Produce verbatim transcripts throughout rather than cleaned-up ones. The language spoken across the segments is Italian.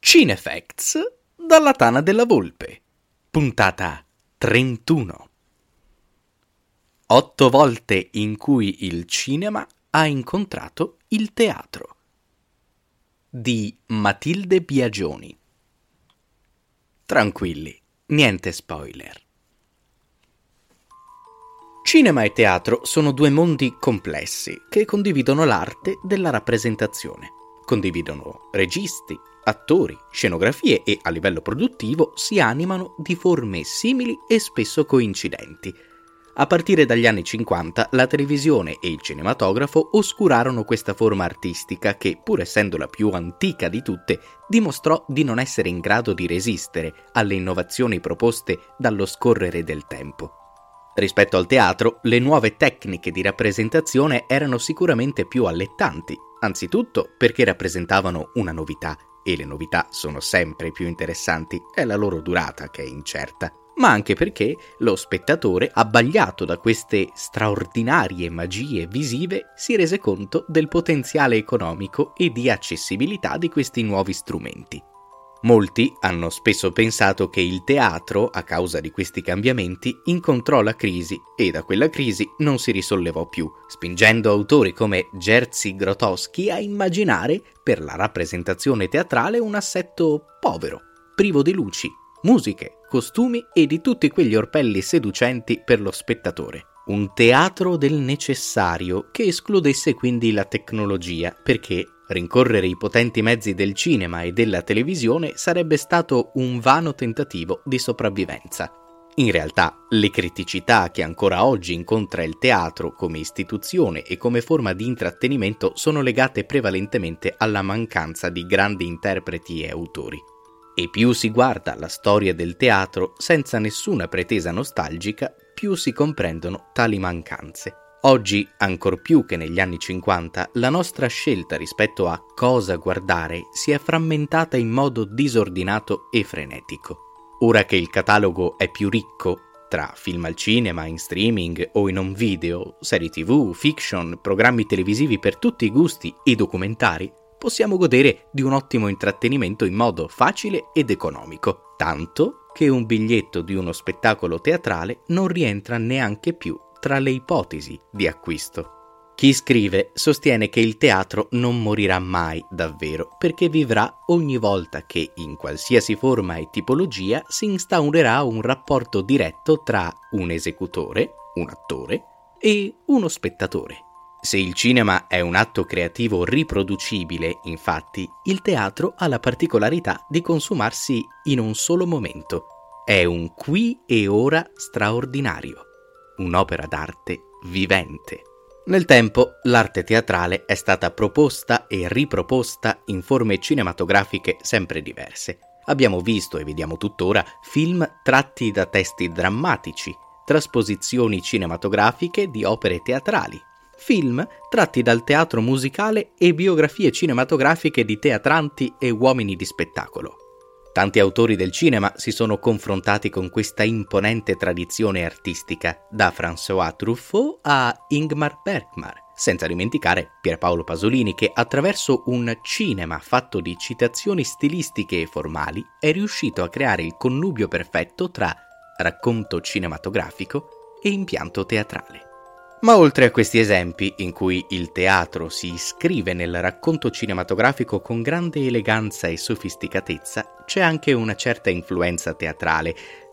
Cinefacts dalla Tana della Volpe, puntata trentuno. Otto volte in cui il cinema ha incontrato il teatro, di Matilde Biagioni. Tranquilli, niente spoiler. Cinema e teatro sono due mondi complessi che condividono l'arte della rappresentazione. Condividono registi, attori, scenografie e, a livello produttivo, si animano di forme simili e spesso coincidenti. A partire dagli anni cinquanta, la televisione e il cinematografo oscurarono questa forma artistica che, pur essendo la più antica di tutte, dimostrò di non essere in grado di resistere alle innovazioni proposte dallo scorrere del tempo. Rispetto al teatro, le nuove tecniche di rappresentazione erano sicuramente più allettanti, anzitutto perché rappresentavano una novità, e le novità sono sempre più interessanti, è la loro durata che è incerta, ma anche perché lo spettatore, abbagliato da queste straordinarie magie visive, si rese conto del potenziale economico e di accessibilità di questi nuovi strumenti. Molti hanno spesso pensato che il teatro, a causa di questi cambiamenti, incontrò la crisi e da quella crisi non si risollevò più, spingendo autori come Jerzy Grotowski a immaginare per la rappresentazione teatrale un assetto povero, privo di luci, musiche, costumi e di tutti quegli orpelli seducenti per lo spettatore. Un teatro del necessario che escludesse quindi la tecnologia, perché rincorrere i potenti mezzi del cinema e della televisione sarebbe stato un vano tentativo di sopravvivenza. In realtà, le criticità che ancora oggi incontra il teatro come istituzione e come forma di intrattenimento sono legate prevalentemente alla mancanza di grandi interpreti e autori. E più si guarda la storia del teatro senza nessuna pretesa nostalgica, più si comprendono tali mancanze. Oggi, ancor più che negli anni cinquanta, la nostra scelta rispetto a cosa guardare si è frammentata in modo disordinato e frenetico. Ora che il catalogo è più ricco, tra film al cinema, in streaming o in home video, serie tv, fiction, programmi televisivi per tutti i gusti e documentari, possiamo godere di un ottimo intrattenimento in modo facile ed economico, tanto che un biglietto di uno spettacolo teatrale non rientra neanche più tra le ipotesi di acquisto. Chi scrive sostiene che il teatro non morirà mai davvero, perché vivrà ogni volta che in qualsiasi forma e tipologia si instaurerà un rapporto diretto tra un esecutore, un attore, e uno spettatore. Se il cinema è un atto creativo riproducibile, infatti, il teatro ha la particolarità di consumarsi in un solo momento. È un qui e ora straordinario. Un'opera d'arte vivente. Nel tempo, l'arte teatrale è stata proposta e riproposta in forme cinematografiche sempre diverse. Abbiamo visto e vediamo tuttora film tratti da testi drammatici, trasposizioni cinematografiche di opere teatrali, film tratti dal teatro musicale e biografie cinematografiche di teatranti e uomini di spettacolo. Tanti autori del cinema si sono confrontati con questa imponente tradizione artistica, da François Truffaut a Ingmar Bergman, senza dimenticare Pierpaolo Pasolini che attraverso un cinema fatto di citazioni stilistiche e formali è riuscito a creare il connubio perfetto tra racconto cinematografico e impianto teatrale. Ma oltre a questi esempi, in cui il teatro si iscrive nel racconto cinematografico con grande eleganza e sofisticatezza, c'è anche una certa influenza teatrale,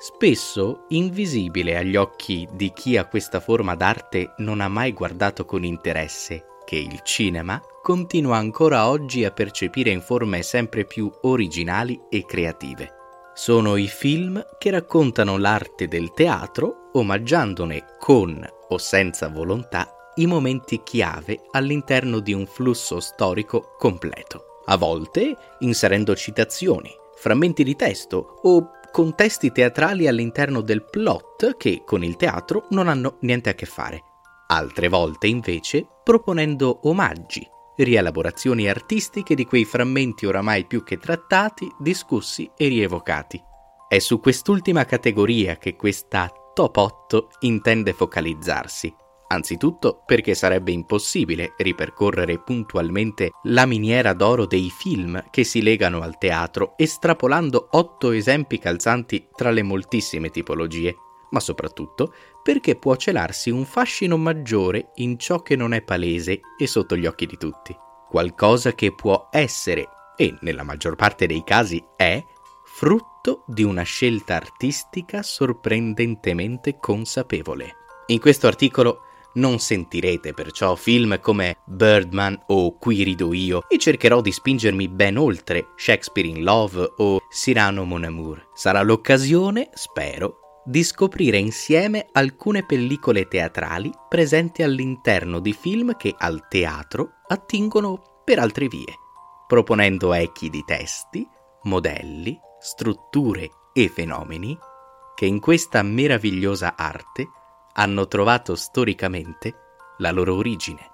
spesso invisibile agli occhi di chi a questa forma d'arte non ha mai guardato con interesse, che il cinema continua ancora oggi a percepire in forme sempre più originali e creative. Sono i film che raccontano l'arte del teatro, omaggiandone con o senza volontà i momenti chiave all'interno di un flusso storico completo, a volte inserendo citazioni, frammenti di testo o contesti teatrali all'interno del plot che con il teatro non hanno niente a che fare, altre volte invece proponendo omaggi, rielaborazioni artistiche di quei frammenti oramai più che trattati, discussi e rievocati. È su quest'ultima categoria che questa Top otto intende focalizzarsi, Anzitutto perché sarebbe impossibile ripercorrere puntualmente la miniera d'oro dei film che si legano al teatro, estrapolando otto esempi calzanti tra le moltissime tipologie, ma soprattutto perché può celarsi un fascino maggiore in ciò che non è palese e sotto gli occhi di tutti. Qualcosa che può essere, e nella maggior parte dei casi è, frutto di una scelta artistica sorprendentemente consapevole. In questo articolo non sentirete perciò film come Birdman o Qui rido io e cercherò di spingermi ben oltre Shakespeare in Love o Cyrano Mon Amour. Sarà l'occasione, spero, di scoprire insieme alcune pellicole teatrali presenti all'interno di film che al teatro attingono per altre vie, proponendo echi di testi, modelli, strutture e fenomeni che in questa meravigliosa arte hanno trovato storicamente la loro origine.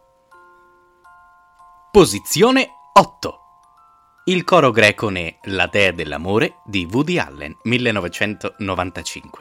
Posizione otto. Il coro greco ne La dea dell'amore di Woody Allen, millenovecentonovantacinque.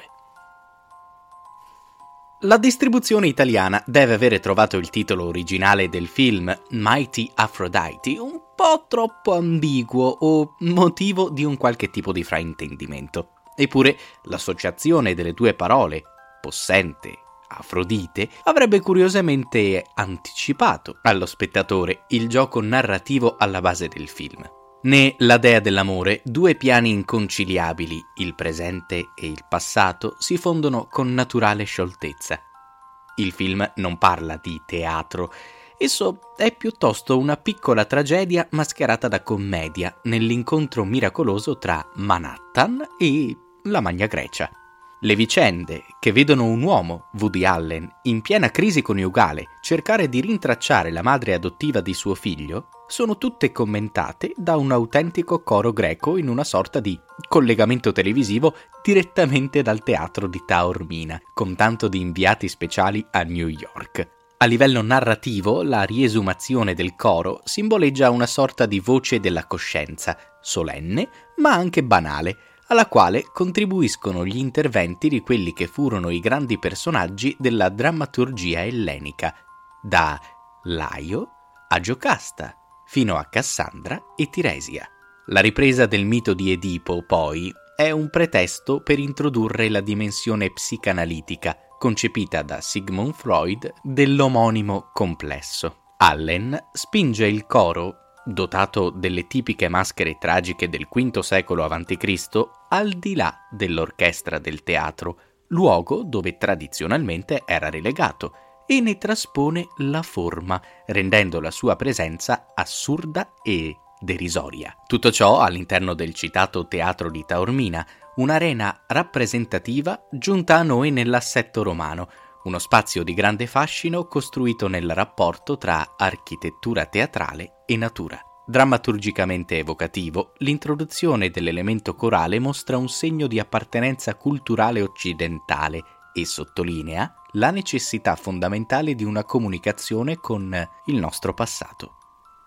La distribuzione italiana deve avere trovato il titolo originale del film, Mighty Aphrodite, un po' troppo ambiguo o motivo di un qualche tipo di fraintendimento. Eppure l'associazione delle due parole, possente, Afrodite, avrebbe curiosamente anticipato allo spettatore il gioco narrativo alla base del film. Né La dea dell'amore, due piani inconciliabili, il presente e il passato, si fondono con naturale scioltezza. Il film non parla di teatro, esso è piuttosto una piccola tragedia mascherata da commedia nell'incontro miracoloso tra Manhattan e la Magna Grecia. Le vicende che vedono un uomo, Woody Allen, in piena crisi coniugale cercare di rintracciare la madre adottiva di suo figlio sono tutte commentate da un autentico coro greco in una sorta di collegamento televisivo direttamente dal teatro di Taormina, con tanto di inviati speciali a New York. A livello narrativo, la riesumazione del coro simboleggia una sorta di voce della coscienza, solenne ma anche banale, alla quale contribuiscono gli interventi di quelli che furono i grandi personaggi della drammaturgia ellenica, da Laio a Giocasta, fino a Cassandra e Tiresia. La ripresa del mito di Edipo, poi, è un pretesto per introdurre la dimensione psicanalitica, concepita da Sigmund Freud, dell'omonimo complesso. Allen spinge il coro, dotato delle tipiche maschere tragiche del quinto secolo avanti Cristo, al di là dell'orchestra del teatro, luogo dove tradizionalmente era relegato, e ne traspone la forma, rendendo la sua presenza assurda e derisoria. Tutto ciò all'interno del citato teatro di Taormina, un'arena rappresentativa giunta a noi nell'assetto romano, uno spazio di grande fascino costruito nel rapporto tra architettura teatrale e natura. Drammaturgicamente evocativo, l'introduzione dell'elemento corale mostra un segno di appartenenza culturale occidentale e sottolinea la necessità fondamentale di una comunicazione con il nostro passato.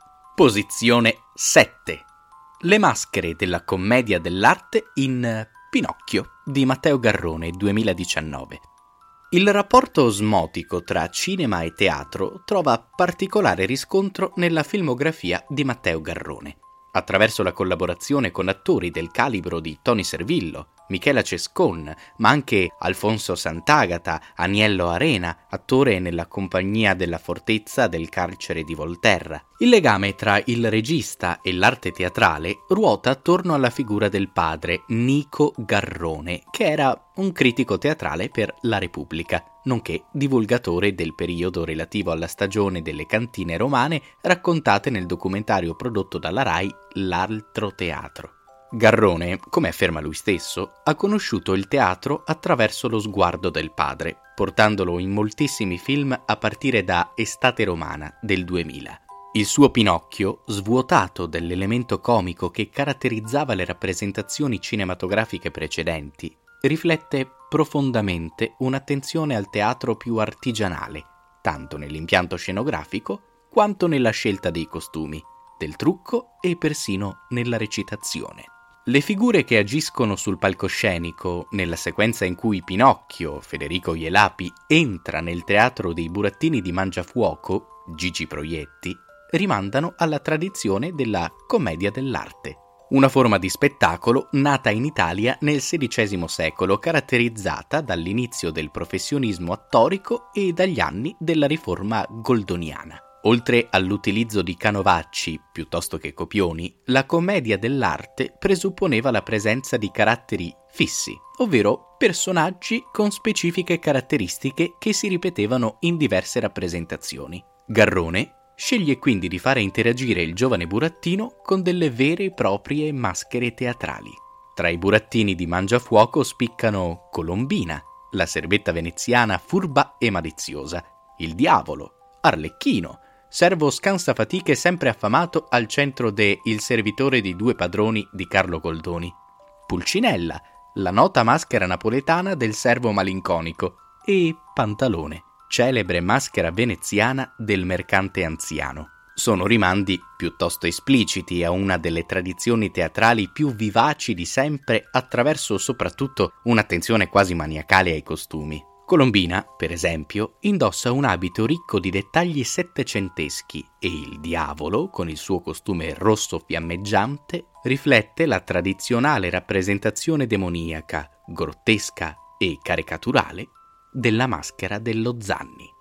Posizione sette. Le maschere della commedia dell'arte in Pinocchio di Matteo Garrone, duemiladiciannove. Il rapporto osmotico tra cinema e teatro trova particolare riscontro nella filmografia di Matteo Garrone. Attraverso la collaborazione con attori del calibro di Tony Servillo, Michela Cescon, ma anche Alfonso Sant'Agata, Aniello Arena, attore nella compagnia della fortezza del carcere di Volterra. Il legame tra il regista e l'arte teatrale ruota attorno alla figura del padre, Nico Garrone, che era un critico teatrale per La Repubblica, nonché divulgatore del periodo relativo alla stagione delle cantine romane raccontate nel documentario prodotto dalla Rai L'altro teatro. Garrone, come afferma lui stesso, ha conosciuto il teatro attraverso lo sguardo del padre, portandolo in moltissimi film a partire da Estate romana del duemila. Il suo Pinocchio, svuotato dell'elemento comico che caratterizzava le rappresentazioni cinematografiche precedenti, riflette profondamente un'attenzione al teatro più artigianale, tanto nell'impianto scenografico quanto nella scelta dei costumi, del trucco e persino nella recitazione. Le figure che agiscono sul palcoscenico nella sequenza in cui Pinocchio, Federico Ielapi, entra nel teatro dei burattini di Mangiafuoco, Gigi Proietti, rimandano alla tradizione della commedia dell'arte, una forma di spettacolo nata in Italia nel sedicesimo secolo, caratterizzata dall'inizio del professionismo attorico e dagli anni della riforma goldoniana. Oltre all'utilizzo di canovacci piuttosto che copioni, la commedia dell'arte presupponeva la presenza di caratteri fissi, ovvero personaggi con specifiche caratteristiche che si ripetevano in diverse rappresentazioni. Garrone sceglie quindi di fare interagire il giovane burattino con delle vere e proprie maschere teatrali. Tra i burattini di Mangiafuoco spiccano Colombina, la serbetta veneziana furba e maliziosa, il diavolo, Arlecchino, servo scansafatiche sempre affamato al centro de Il servitore di due padroni di Carlo Goldoni, Pulcinella, la nota maschera napoletana del servo malinconico, e Pantalone, celebre maschera veneziana del mercante anziano. Sono rimandi piuttosto espliciti a una delle tradizioni teatrali più vivaci di sempre, attraverso soprattutto un'attenzione quasi maniacale ai costumi. Colombina, per esempio, indossa un abito ricco di dettagli settecenteschi e il diavolo, con il suo costume rosso fiammeggiante, riflette la tradizionale rappresentazione demoniaca, grottesca e caricaturale della maschera dello Zanni.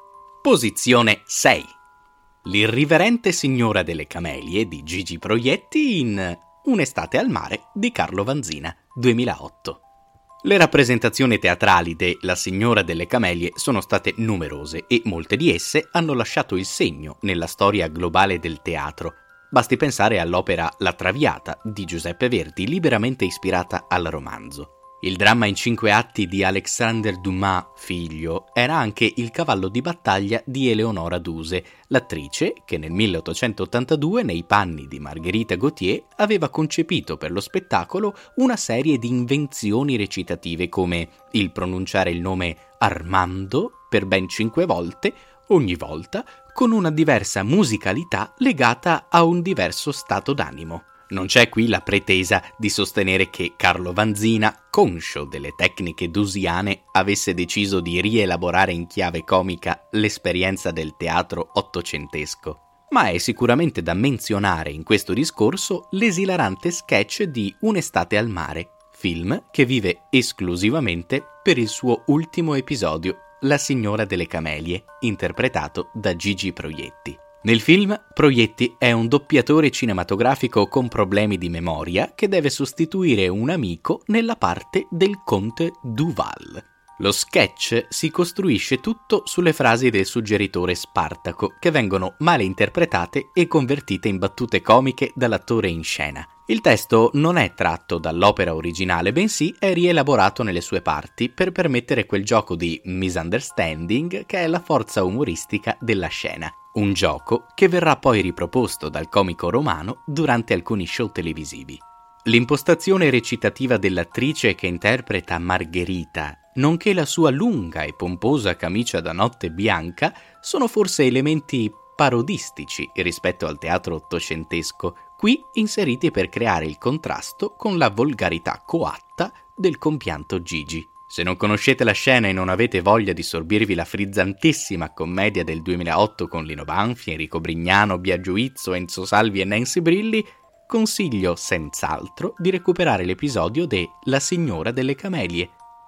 Posizione sei. L'irriverente signora delle camelie di Gigi Proietti in Un'estate al mare di Carlo Vanzina, duemilaotto. Le rappresentazioni teatrali de La signora delle camelie sono state numerose e molte di esse hanno lasciato il segno nella storia globale del teatro. Basti pensare all'opera La Traviata di Giuseppe Verdi, liberamente ispirata al romanzo. Il dramma in cinque atti di Alexander Dumas, figlio, era anche il cavallo di battaglia di Eleonora Duse, l'attrice che nel milleottocentottantadue, nei panni di Marguerite Gautier, aveva concepito per lo spettacolo una serie di invenzioni recitative come il pronunciare il nome Armando per ben cinque volte, ogni volta con una diversa musicalità legata a un diverso stato d'animo. Non c'è qui la pretesa di sostenere che Carlo Vanzina, conscio delle tecniche dusiane, avesse deciso di rielaborare in chiave comica l'esperienza del teatro ottocentesco. Ma è sicuramente da menzionare in questo discorso l'esilarante sketch di Un'estate al mare, film che vive esclusivamente per il suo ultimo episodio, La signora delle camelie, interpretato da Gigi Proietti. Nel film, Proietti è un doppiatore cinematografico con problemi di memoria che deve sostituire un amico nella parte del conte Duval. Lo sketch si costruisce tutto sulle frasi del suggeritore Spartaco, che vengono male interpretate e convertite in battute comiche dall'attore in scena. Il testo non è tratto dall'opera originale, bensì è rielaborato nelle sue parti per permettere quel gioco di misunderstanding che è la forza umoristica della scena. Un gioco che verrà poi riproposto dal comico romano durante alcuni show televisivi. L'impostazione recitativa dell'attrice che interpreta Margherita, nonché la sua lunga e pomposa camicia da notte bianca, sono forse elementi parodistici rispetto al teatro ottocentesco, qui inseriti per creare il contrasto con la volgarità coatta del compianto Gigi. Se non conoscete la scena e non avete voglia di sorbirvi la frizzantissima commedia del duemilaotto con Lino Banfi, Enrico Brignano, Biagio Izzo, Enzo Salvi e Nancy Brilli, consiglio senz'altro di recuperare l'episodio de La signora delle camelie.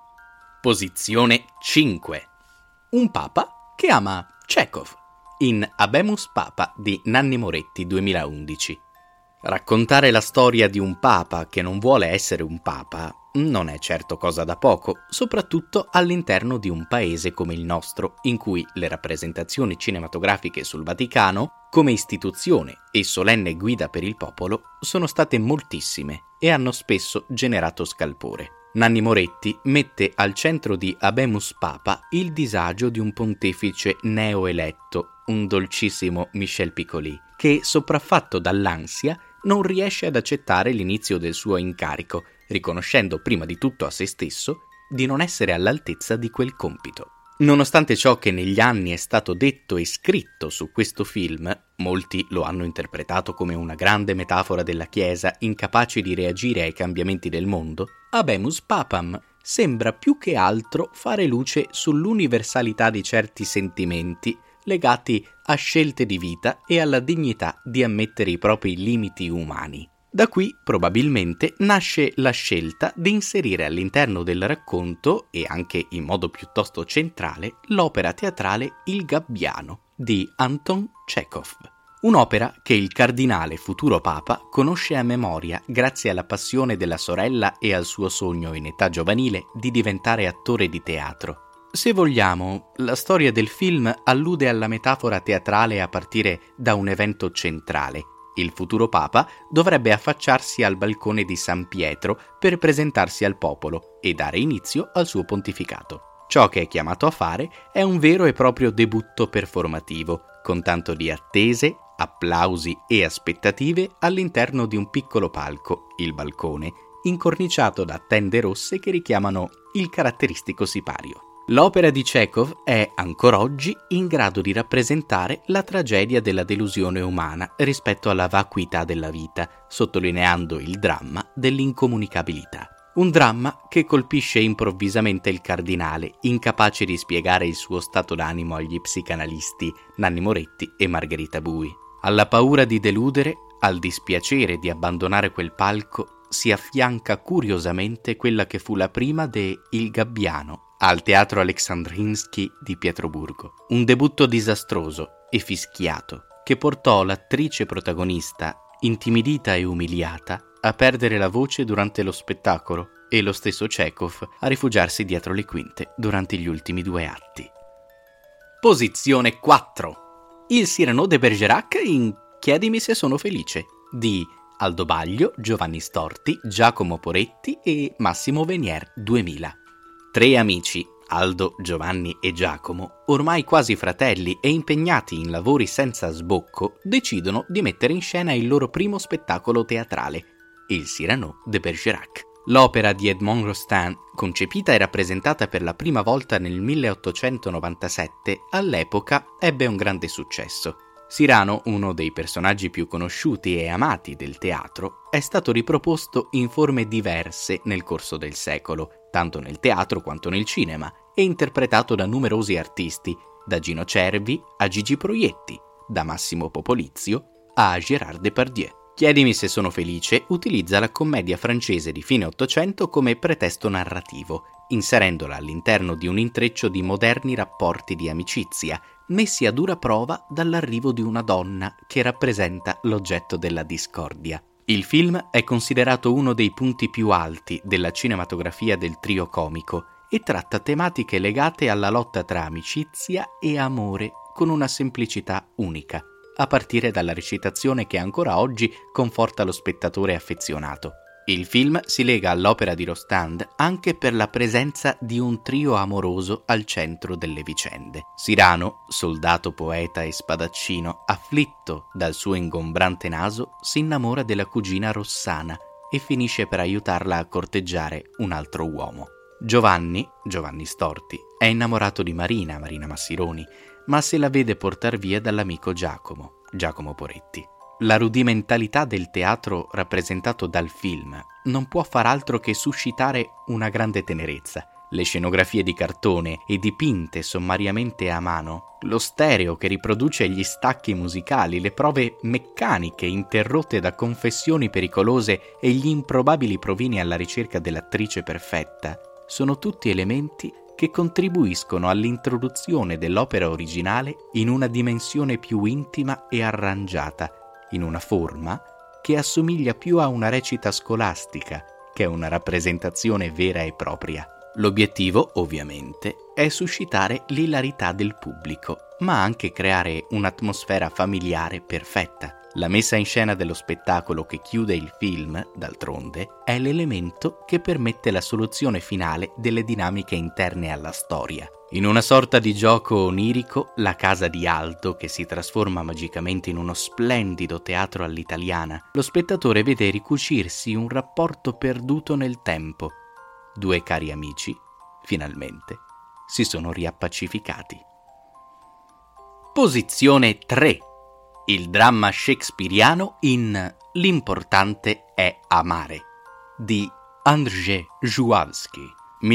Posizione cinque. Un papa che ama Chekhov, in Habemus Papa di Nanni Moretti duemilaundici. Raccontare la storia di un papa che non vuole essere un papa non è certo cosa da poco, soprattutto all'interno di un paese come il nostro, in cui le rappresentazioni cinematografiche sul Vaticano, come istituzione e solenne guida per il popolo, sono state moltissime e hanno spesso generato scalpore. Nanni Moretti mette al centro di Habemus Papa il disagio di un pontefice neoeletto, un dolcissimo Michel Piccoli, che, sopraffatto dall'ansia, non riesce ad accettare l'inizio del suo incarico, riconoscendo prima di tutto a se stesso di non essere all'altezza di quel compito. Nonostante ciò che negli anni è stato detto e scritto su questo film, molti lo hanno interpretato come una grande metafora della Chiesa incapace di reagire ai cambiamenti del mondo, Habemus Papam sembra più che altro fare luce sull'universalità di certi sentimenti legati a scelte di vita e alla dignità di ammettere i propri limiti umani. Da qui probabilmente nasce la scelta di inserire all'interno del racconto, e anche in modo piuttosto centrale, l'opera teatrale Il Gabbiano di Anton Chekhov. Un'opera che il cardinale futuro papa conosce a memoria grazie alla passione della sorella e al suo sogno in età giovanile di diventare attore di teatro. Se vogliamo, la storia del film allude alla metafora teatrale a partire da un evento centrale. Il futuro papa dovrebbe affacciarsi al balcone di San Pietro per presentarsi al popolo e dare inizio al suo pontificato. Ciò che è chiamato a fare è un vero e proprio debutto performativo, con tanto di attese, applausi e aspettative all'interno di un piccolo palco, il balcone, incorniciato da tende rosse che richiamano il caratteristico sipario. L'opera di Chekhov è, ancora oggi, in grado di rappresentare la tragedia della delusione umana rispetto alla vacuità della vita, sottolineando il dramma dell'incomunicabilità. Un dramma che colpisce improvvisamente il cardinale, incapace di spiegare il suo stato d'animo agli psicanalisti Nanni Moretti e Margherita Bui. Alla paura di deludere, al dispiacere di abbandonare quel palco, si affianca curiosamente quella che fu la prima de Il Gabbiano, al Teatro Aleksandrinsky di Pietroburgo. Un debutto disastroso e fischiato che portò l'attrice protagonista, intimidita e umiliata, a perdere la voce durante lo spettacolo e lo stesso Chekhov a rifugiarsi dietro le quinte durante gli ultimi due atti. Posizione quattro. Il Cyrano de Bergerac in Chiedimi se sono felice di Aldo Baglio, Giovanni Storti, Giacomo Poretti e Massimo Venier duemila. Tre amici, Aldo, Giovanni e Giacomo, ormai quasi fratelli e impegnati in lavori senza sbocco, decidono di mettere in scena il loro primo spettacolo teatrale, il Cyrano de Bergerac. L'opera di Edmond Rostand, concepita e rappresentata per la prima volta nel milleottocentonovantasette, all'epoca ebbe un grande successo. Cyrano, uno dei personaggi più conosciuti e amati del teatro, è stato riproposto in forme diverse nel corso del secolo, tanto nel teatro quanto nel cinema, e interpretato da numerosi artisti, da Gino Cervi a Gigi Proietti, da Massimo Popolizio a Gérard Depardieu. Chiedimi se sono felice utilizza la commedia francese di fine Ottocento come pretesto narrativo, inserendola all'interno di un intreccio di moderni rapporti di amicizia, messi a dura prova dall'arrivo di una donna che rappresenta l'oggetto della discordia. Il film è considerato uno dei punti più alti della cinematografia del trio comico e tratta tematiche legate alla lotta tra amicizia e amore con una semplicità unica, a partire dalla recitazione che ancora oggi conforta lo spettatore affezionato. Il film si lega all'opera di Rostand anche per la presenza di un trio amoroso al centro delle vicende. Cyrano, soldato, poeta e spadaccino, afflitto dal suo ingombrante naso, si innamora della cugina Rossana e finisce per aiutarla a corteggiare un altro uomo. Giovanni, Giovanni Storti, è innamorato di Marina, Marina Massironi, ma se la vede portar via dall'amico Giacomo, Giacomo Poretti. La rudimentalità del teatro rappresentato dal film non può far altro che suscitare una grande tenerezza. Le scenografie di cartone e dipinte sommariamente a mano, lo stereo che riproduce gli stacchi musicali, le prove meccaniche interrotte da confessioni pericolose e gli improbabili provini alla ricerca dell'attrice perfetta, sono tutti elementi che contribuiscono all'introduzione dell'opera originale in una dimensione più intima e arrangiata, in una forma che assomiglia più a una recita scolastica che a una rappresentazione vera e propria. L'obiettivo, ovviamente, è suscitare l'ilarità del pubblico, ma anche creare un'atmosfera familiare perfetta. La messa in scena dello spettacolo che chiude il film, d'altronde, è l'elemento che permette la soluzione finale delle dinamiche interne alla storia. In una sorta di gioco onirico, la casa di Aldo, che si trasforma magicamente in uno splendido teatro all'italiana, lo spettatore vede ricucirsi un rapporto perduto nel tempo. Due cari amici, finalmente, si sono riappacificati. Posizione tre. Il dramma shakespeariano in L'importante è amare di Andrzej Żuławski,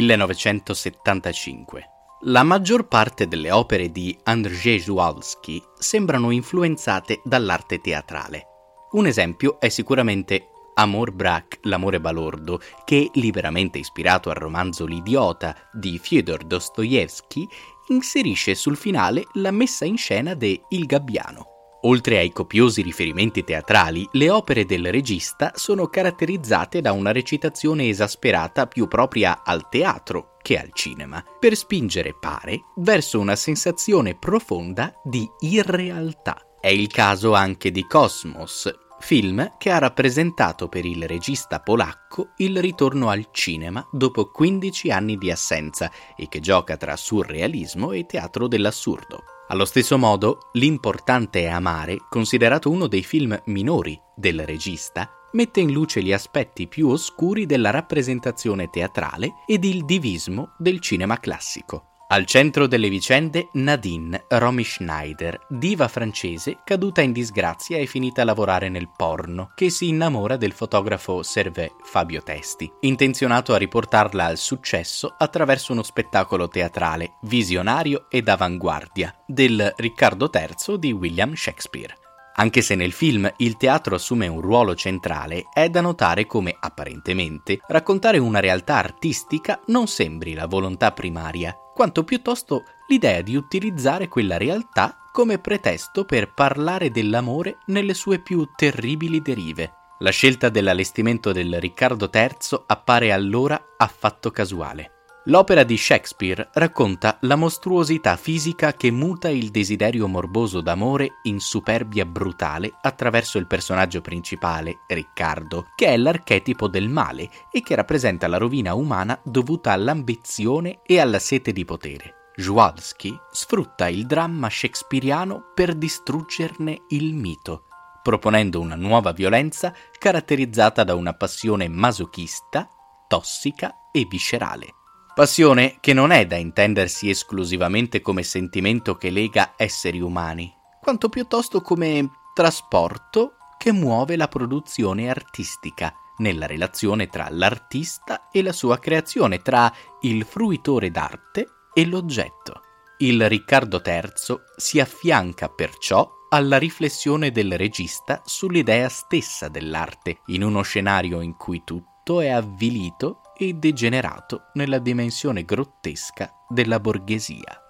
millenovecentosettantacinque. La maggior parte delle opere di Andrzej Żuławski sembrano influenzate dall'arte teatrale. Un esempio è sicuramente Amor Brac, l'amore balordo, che, liberamente ispirato al romanzo L'idiota di Fyodor Dostoevskij, inserisce sul finale la messa in scena de Il Gabbiano. Oltre ai copiosi riferimenti teatrali, le opere del regista sono caratterizzate da una recitazione esasperata più propria al teatro che al cinema, per spingere, pare, verso una sensazione profonda di irrealtà. È il caso anche di Cosmos, film che ha rappresentato per il regista polacco il ritorno al cinema dopo quindici anni di assenza e che gioca tra surrealismo e teatro dell'assurdo. Allo stesso modo, L'importante è amare, considerato uno dei film minori del regista, mette in luce gli aspetti più oscuri della rappresentazione teatrale ed il divismo del cinema classico. Al centro delle vicende Nadine Romy Schneider, diva francese caduta in disgrazia e finita a lavorare nel porno, che si innamora del fotografo Servais Fabio Testi, intenzionato a riportarla al successo attraverso uno spettacolo teatrale visionario ed avanguardia del Riccardo terzo di William Shakespeare. Anche se nel film il teatro assume un ruolo centrale, è da notare come, apparentemente, raccontare una realtà artistica non sembri la volontà primaria, quanto piuttosto l'idea di utilizzare quella realtà come pretesto per parlare dell'amore nelle sue più terribili derive. La scelta dell'allestimento del Riccardo terzo appare allora affatto casuale. L'opera di Shakespeare racconta la mostruosità fisica che muta il desiderio morboso d'amore in superbia brutale attraverso il personaggio principale, Riccardo, che è l'archetipo del male e che rappresenta la rovina umana dovuta all'ambizione e alla sete di potere. Żuławski sfrutta il dramma shakespeariano per distruggerne il mito, proponendo una nuova violenza caratterizzata da una passione masochista, tossica e viscerale. Passione che non è da intendersi esclusivamente come sentimento che lega esseri umani, quanto piuttosto come trasporto che muove la produzione artistica, nella relazione tra l'artista e la sua creazione, tra il fruitore d'arte e l'oggetto. Il Riccardo terzo si affianca perciò alla riflessione del regista sull'idea stessa dell'arte, in uno scenario in cui tutto è avvilito e degenerato nella dimensione grottesca della borghesia.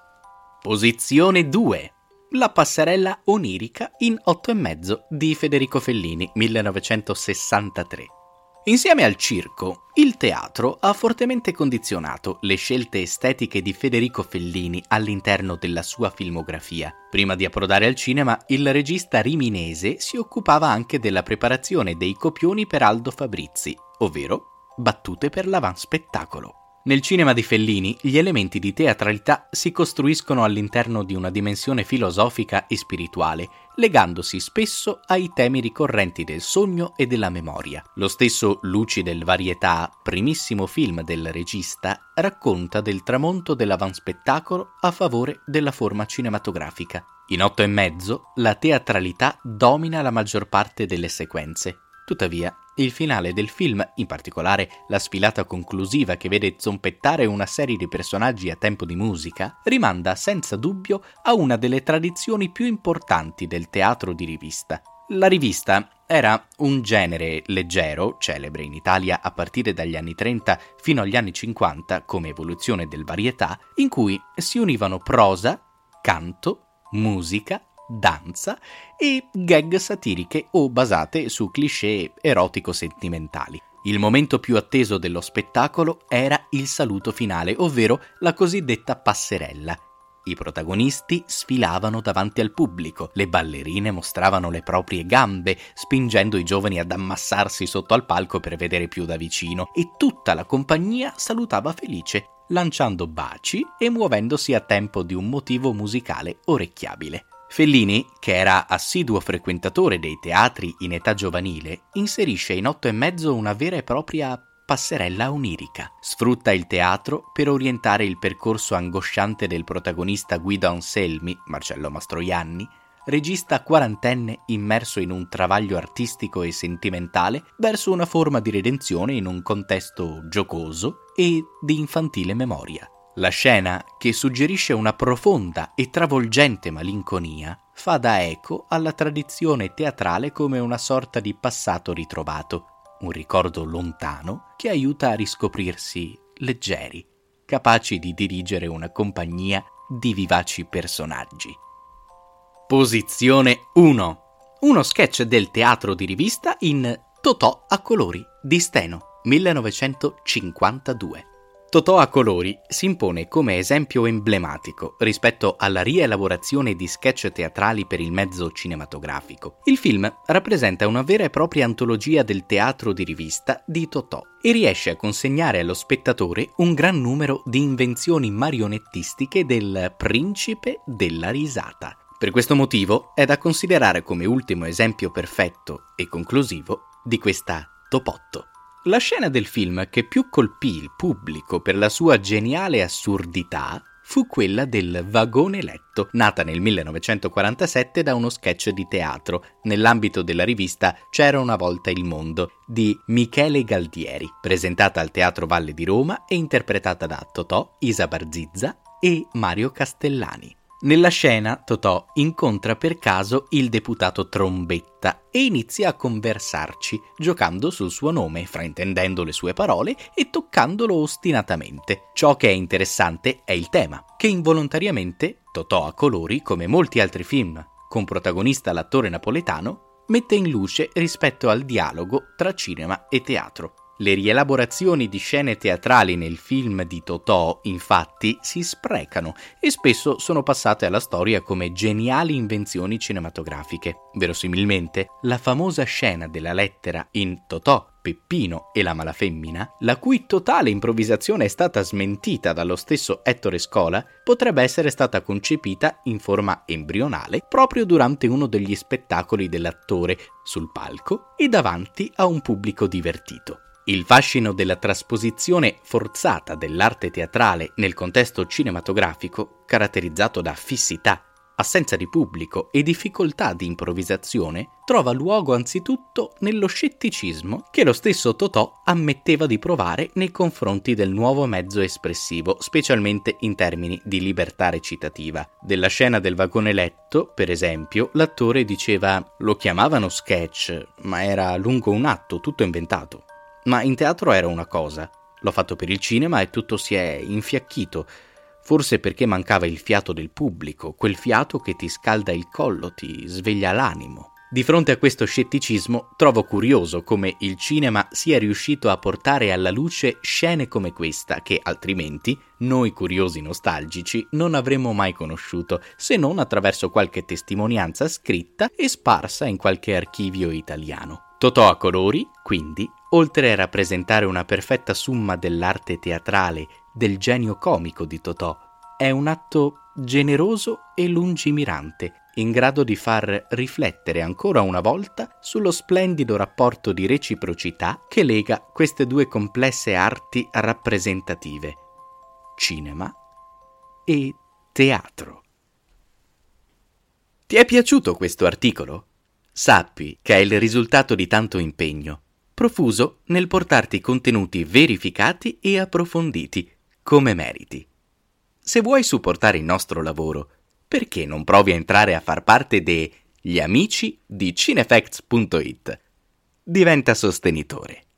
Posizione due. La passerella onirica in Otto e mezzo di Federico Fellini, millenovecentosessantatré. Insieme al circo, il teatro ha fortemente condizionato le scelte estetiche di Federico Fellini all'interno della sua filmografia. Prima di approdare al cinema, il regista riminese si occupava anche della preparazione dei copioni per Aldo Fabrizi, ovvero battute per l'avanspettacolo. Nel cinema di Fellini gli elementi di teatralità si costruiscono all'interno di una dimensione filosofica e spirituale, legandosi spesso ai temi ricorrenti del sogno e della memoria. Lo stesso Luci del Varietà, primissimo film del regista, racconta del tramonto dell'avanspettacolo a favore della forma cinematografica. In Otto e mezzo la teatralità domina la maggior parte delle sequenze. Tuttavia, il finale del film, in particolare la sfilata conclusiva che vede zompettare una serie di personaggi a tempo di musica, rimanda senza dubbio a una delle tradizioni più importanti del teatro di rivista. La rivista era un genere leggero, celebre in Italia a partire dagli anni trenta fino agli anni cinquanta come evoluzione del varietà, in cui si univano prosa, canto, musica, danza e gag satiriche o basate su cliché erotico-sentimentali. Il momento più atteso dello spettacolo era il saluto finale, ovvero la cosiddetta passerella. I protagonisti sfilavano davanti al pubblico, le ballerine mostravano le proprie gambe, spingendo i giovani ad ammassarsi sotto al palco per vedere più da vicino, e tutta la compagnia salutava felice, lanciando baci e muovendosi a tempo di un motivo musicale orecchiabile. Fellini, che era assiduo frequentatore dei teatri in età giovanile, inserisce in Otto e mezzo una vera e propria passerella onirica. Sfrutta il teatro per orientare il percorso angosciante del protagonista Guido Anselmi, Marcello Mastroianni, regista quarantenne immerso in un travaglio artistico e sentimentale verso una forma di redenzione in un contesto giocoso e di infantile memoria. La scena, che suggerisce una profonda e travolgente malinconia, fa da eco alla tradizione teatrale come una sorta di passato ritrovato, un ricordo lontano che aiuta a riscoprirsi leggeri, capaci di dirigere una compagnia di vivaci personaggi. Posizione uno. Uno sketch del teatro di rivista in Totò a colori di Steno, millenovecentocinquantadue. Totò a colori si impone come esempio emblematico rispetto alla rielaborazione di sketch teatrali per il mezzo cinematografico. Il film rappresenta una vera e propria antologia del teatro di rivista di Totò e riesce a consegnare allo spettatore un gran numero di invenzioni marionettistiche del principe della risata. Per questo motivo è da considerare come ultimo esempio perfetto e conclusivo di questa topotto. La scena del film che più colpì il pubblico per la sua geniale assurdità fu quella del vagone letto, nata nel millenovecentoquarantasette da uno sketch di teatro nell'ambito della rivista C'era una volta il mondo di Michele Galdieri, presentata al Teatro Valle di Roma e interpretata da Totò, Isa Barzizza e Mario Castellani. Nella scena Totò incontra per caso il deputato Trombetta e inizia a conversarci, giocando sul suo nome, fraintendendo le sue parole e toccandolo ostinatamente. Ciò che è interessante è il tema, che involontariamente Totò a colori, come molti altri film con protagonista l'attore napoletano, mette in luce rispetto al dialogo tra cinema e teatro. Le rielaborazioni di scene teatrali nel film di Totò, infatti, si sprecano e spesso sono passate alla storia come geniali invenzioni cinematografiche. Verosimilmente, la famosa scena della lettera in Totò, Peppino e la malafemmina, la cui totale improvvisazione è stata smentita dallo stesso Ettore Scola, potrebbe essere stata concepita in forma embrionale proprio durante uno degli spettacoli dell'attore sul palco e davanti a un pubblico divertito. Il fascino della trasposizione forzata dell'arte teatrale nel contesto cinematografico, caratterizzato da fissità, assenza di pubblico e difficoltà di improvvisazione, trova luogo anzitutto nello scetticismo che lo stesso Totò ammetteva di provare nei confronti del nuovo mezzo espressivo, specialmente in termini di libertà recitativa. Della scena del vagone letto, per esempio, l'attore diceva: «Lo chiamavano sketch, ma era lungo un atto, tutto inventato. Ma in teatro era una cosa, l'ho fatto per il cinema e tutto si è infiacchito, forse perché mancava il fiato del pubblico, quel fiato che ti scalda il collo, ti sveglia l'animo». Di fronte a questo scetticismo trovo curioso come il cinema sia riuscito a portare alla luce scene come questa che altrimenti noi curiosi nostalgici non avremmo mai conosciuto, se non attraverso qualche testimonianza scritta e sparsa in qualche archivio italiano. Totò a colori, quindi, oltre a rappresentare una perfetta summa dell'arte teatrale, del genio comico di Totò, è un atto generoso e lungimirante, in grado di far riflettere ancora una volta sullo splendido rapporto di reciprocità che lega queste due complesse arti rappresentative, cinema e teatro. Ti è piaciuto questo articolo? Sappi che è il risultato di tanto impegno, profuso nel portarti contenuti verificati e approfonditi, come meriti. Se vuoi supportare il nostro lavoro, perché non provi a entrare a far parte degli amici di Cinefacts punto it? Diventa sostenitore.